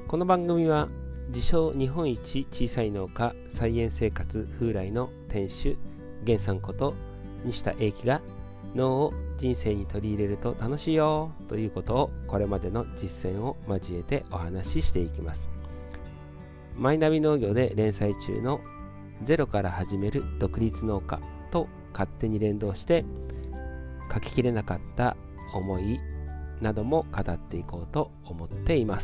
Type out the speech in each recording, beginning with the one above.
この番組は自称日本一小さい農家菜園生活風来の店主源さんこと西田英樹が農を人生に取り入れると楽しいよということをこれまでの実践を交えてお話ししていきます。マイナビ農業で連載中のゼロから始める独立農家と勝手に連動して書ききれなかった思いなども語っていこうと思っています。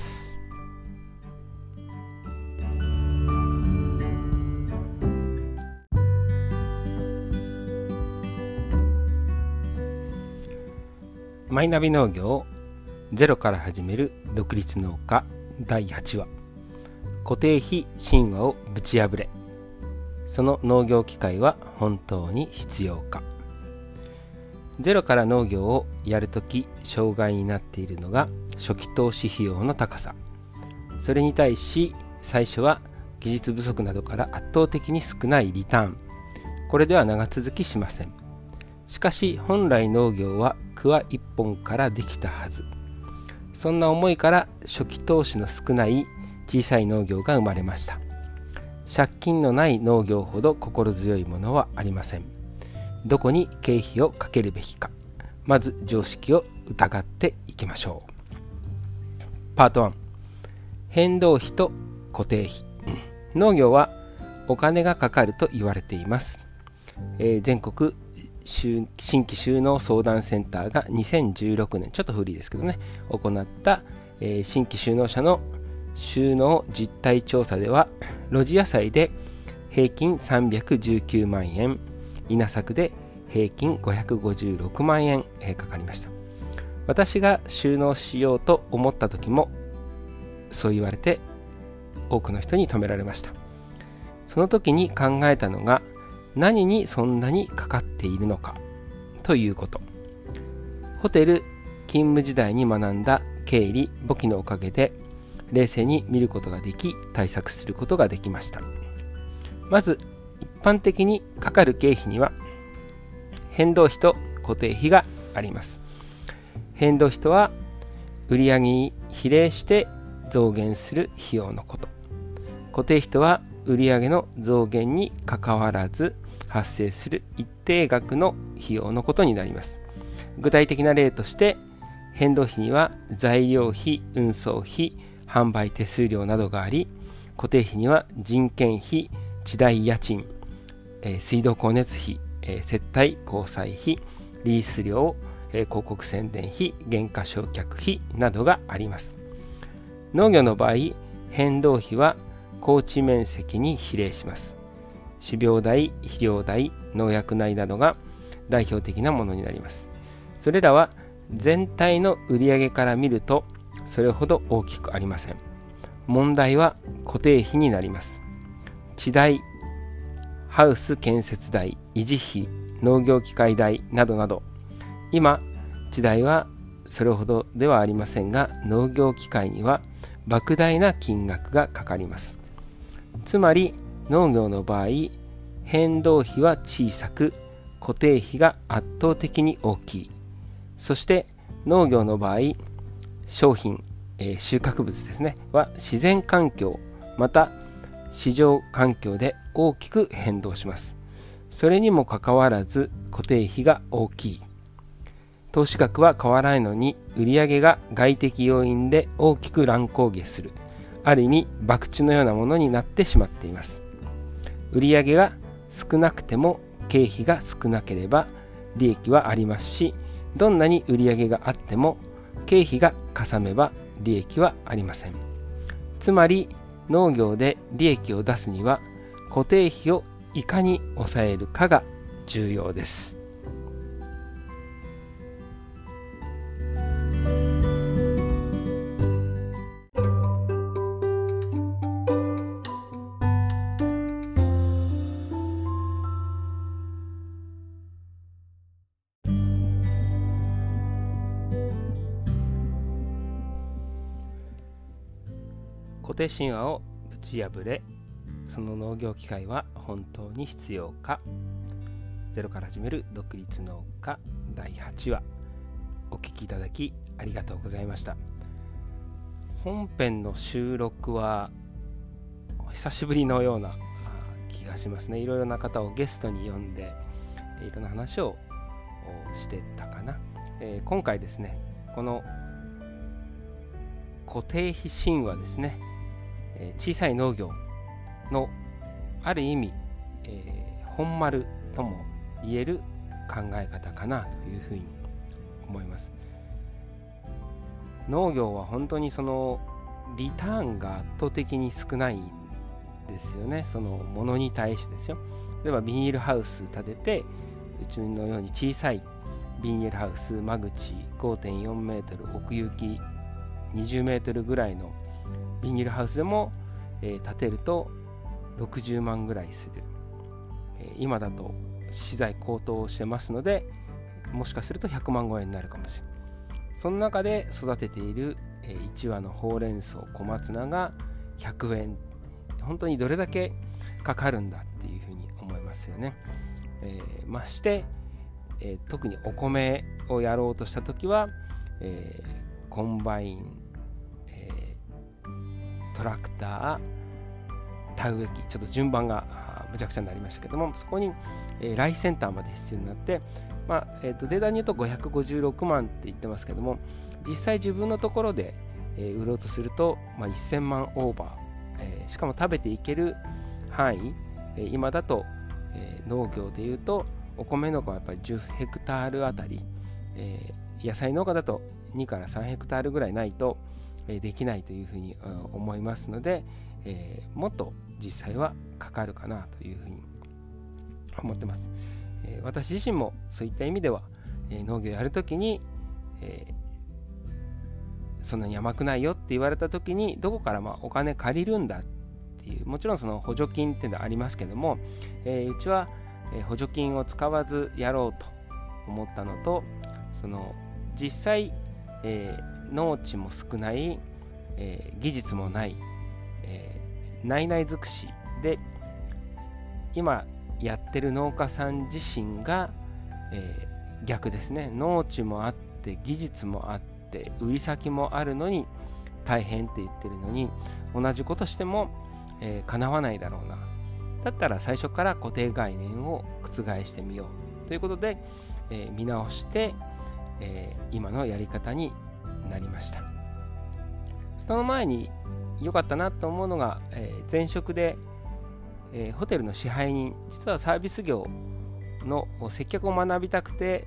マイナビ農業ゼロから始める独立農家第8話、固定費神話をぶち破れ、その農業機械は本当に必要か。ゼロから農業をやるとき障害になっているのが初期投資費用の高さ。それに対し最初は技術不足などから圧倒的に少ないリターン。これでは長続きしません。しかし本来農業は桑一本からできたはず。そんな思いから初期投資の少ない小さい農業が生まれました。借金のない農業ほど心強いものはありません。どこに経費をかけるべきか、まず常識を疑っていきましょう。パート1、変動費と固定費。農業はお金がかかると言われています。全国新規就農相談センターが2016年、ちょっと古いですけどね、行った、新規就農者の就農実態調査では、露地野菜で平均319万円、稲作で平均556万円、かかりました。私が就農しようと思った時もそう言われて多くの人に止められました。その時に考えたのが、何にそんなにかかっているのかということ。ホテル勤務時代に学んだ経理簿記のおかげで冷静に見ることができ、対策することができました。まず一般的にかかる経費には変動費と固定費があります。変動費とは売上に比例して増減する費用のこと。固定費とは売上の増減にかかわらず発生する一定額の費用のことになります。具体的な例として、変動費には材料費、運送費、販売手数料などがあり、固定費には人件費、地代家賃、水道光熱費、接待交際費、リース料、広告宣伝費、減価償却費などがあります。農業の場合、変動費は耕地面積に比例します。飼料代、肥料代、農薬代などが代表的なものになります。それらは全体の売上から見るとそれほど大きくありません。問題は固定費になります。地代、ハウス建設代、維持費、農業機械代などなど、今地代はそれほどではありませんが、農業機械には莫大な金額がかかります。つまり農業の場合、変動費は小さく固定費が圧倒的に大きい。そして農業の場合、商品、収穫物ですねは自然環境また市場環境で大きく変動します。それにもかかわらず固定費が大きい。投資額は変わらないのに売上が外的要因で大きく乱高下する、ある意味博打のようなものになってしまっています。売上が少なくても経費が少なければ利益はありますし、どんなに売上があっても経費がかさめば利益はありません。つまり農業で利益を出すには固定費をいかに抑えるかが重要です。固定神話をぶち破れ、その農業機械は本当に必要か。ゼロから始める独立農家第8話、お聞きいただきありがとうございました。 本編の収録は久しぶりのような気がしますね。いろいろな方をゲストに呼んでいろんな話をしてたかな。今回ですね、この固定費神話ですね、小さい農業のある意味、本丸とも言える考え方かなというふうに思います。農業は本当にそのリターンが圧倒的に少ないんですよね。そのものに対してですよ。例えばビニールハウス建てて、うちのように小さいビニールハウス、間口 5.4 メートル、奥行き20メートルぐらいのビニールハウスでも、建てると60万ぐらいする。今だと資材高騰してますので、もしかすると100万超えになるかもしれない。その中で育てている1羽のほうれん草、小松菜が100円。本当にどれだけかかるんだっていうふうに思いますよね。まして、特にお米をやろうとした時は、コンバイン、トラクター、田植え機、ちょっと順番がむちゃくちゃになりましたけども、そこに、ライセンターまで必要になって、データに言うと556万って言ってますけども、実際自分のところで、売ろうとすると、1000万オーバー、しかも食べていける範囲、今だと、農業でいうとお米農家はやっぱり10ヘクタールあたり、野菜農家だと2から3ヘクタールぐらいないと、できないというふうに思いますので、もっと実際はかかるかなというふうに思ってます。私自身もそういった意味では、農業やるときに、そんなに甘くないよって言われたときにどこからお金借りるんだっていう、もちろんその補助金っていうのはありますけども、うちは、補助金を使わずやろうと思ったのと、その実際、農地も少ない、技術もない、内々尽くしで今やってる農家さん自身が、逆ですね。農地もあって技術もあって売り先もあるのに大変って言ってるのに、同じことしても、叶わないだろうな。だったら最初から固定概念を覆してみようということで、見直して、今のやり方になりました。その前に良かったなと思うのが、前職で、ホテルの支配人、実はサービス業の接客を学びたくて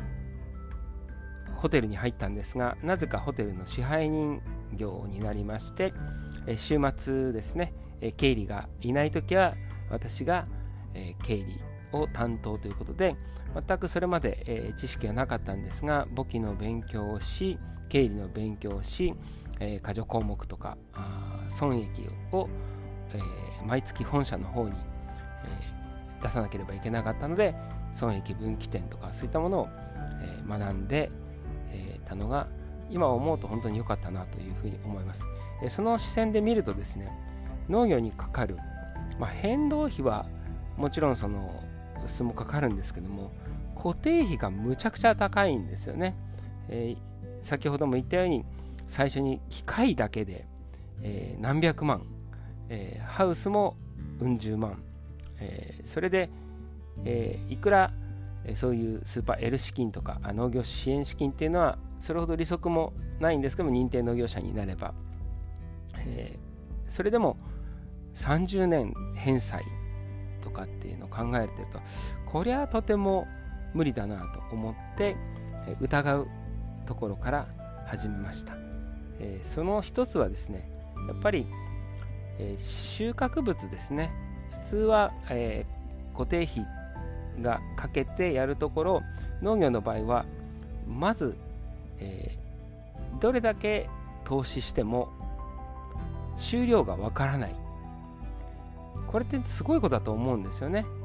ホテルに入ったんですが、なぜかホテルの支配人業になりまして、週末ですね、経理がいないときは私が、経理を担当ということで、全くそれまで、知識がなかったんですが、簿記の勉強をし、経理の勉強をし、過剰項目とか損益を、毎月本社の方に、出さなければいけなかったので、損益分岐点とかそういったものを、学んで、たのが今思うと本当に良かったなというふうに思います。その視線で見るとですね、農業にかかる、変動費はもちろんそのもかかるんですけども、固定費がむちゃくちゃ高いんですよね。先ほども言ったように最初に機械だけで、何百万、ハウスもうん十万、それで、いくらそういうスーパー L 資金とか農業支援資金っていうのはそれほど利息もないんですけども、認定農業者になれば、それでも30年返済とかっていうのを考えてると、こりゃとても無理だなと思って疑うところから始めました。その一つはですね、やっぱり、収穫物ですね。普通は、固定費がかけてやるところ、農業の場合はまず、どれだけ投資しても収量がわからない。これってすごいことだと思うんですよね。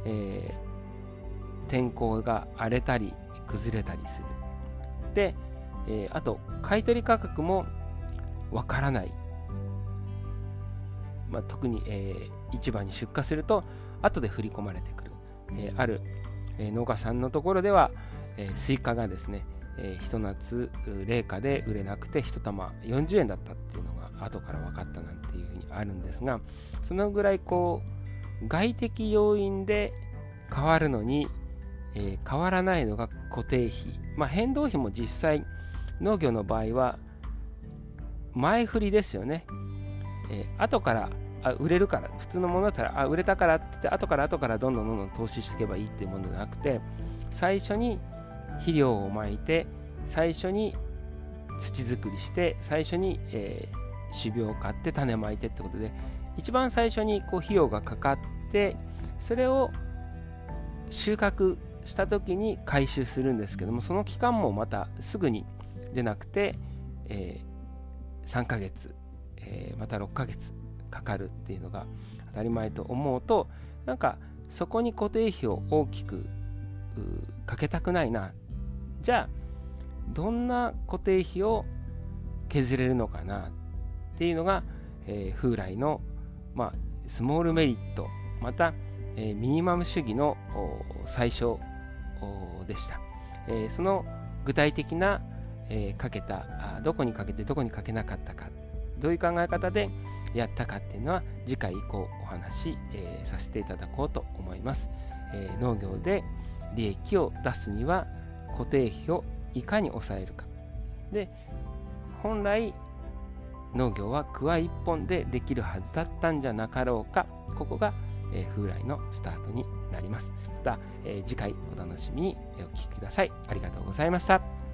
天候が荒れたり崩れたりする。で、あと買取価格もわからない。特に、市場に出荷すると後で振り込まれてくる。ある、農家さんのところでは、スイカがですね、 ひと夏冷夏で売れなくて1玉40円だったっていうのが後から分かったなんていうふうにあるんですが、そのぐらいこう外的要因で変わるのに、変わらないのが固定費、変動費も実際農業の場合は前振りですよね。後から売れるから、普通のものだったら売れたからって言って後からどんどん投資していけばいいっていうものじゃなくて、最初に肥料をまいて、最初に土作りして、最初に、種苗を買って種まいてってことで、一番最初にこう費用がかかって、それを収穫した時に回収するんですけども、その期間もまたすぐに出なくて、3ヶ月、また6ヶ月かかるっていうのが当たり前と思うと、なんかそこに固定費を大きくかけたくないな。じゃあどんな固定費を削れるのかなっていうのが、風来の、スモールメリット、また、ミニマム主義の最初でした。その具体的な、かけたどこにかけてどこにかけなかったか、どういう考え方でやったかっていうのは次回以降お話し、させていただこうと思います。農業で利益を出すには固定費をいかに抑えるかで、本来農業は桑一本でできるはずだったんじゃなかろうか。ここが、風来のスタートになります。また、次回お楽しみにお聞きください。ありがとうございました。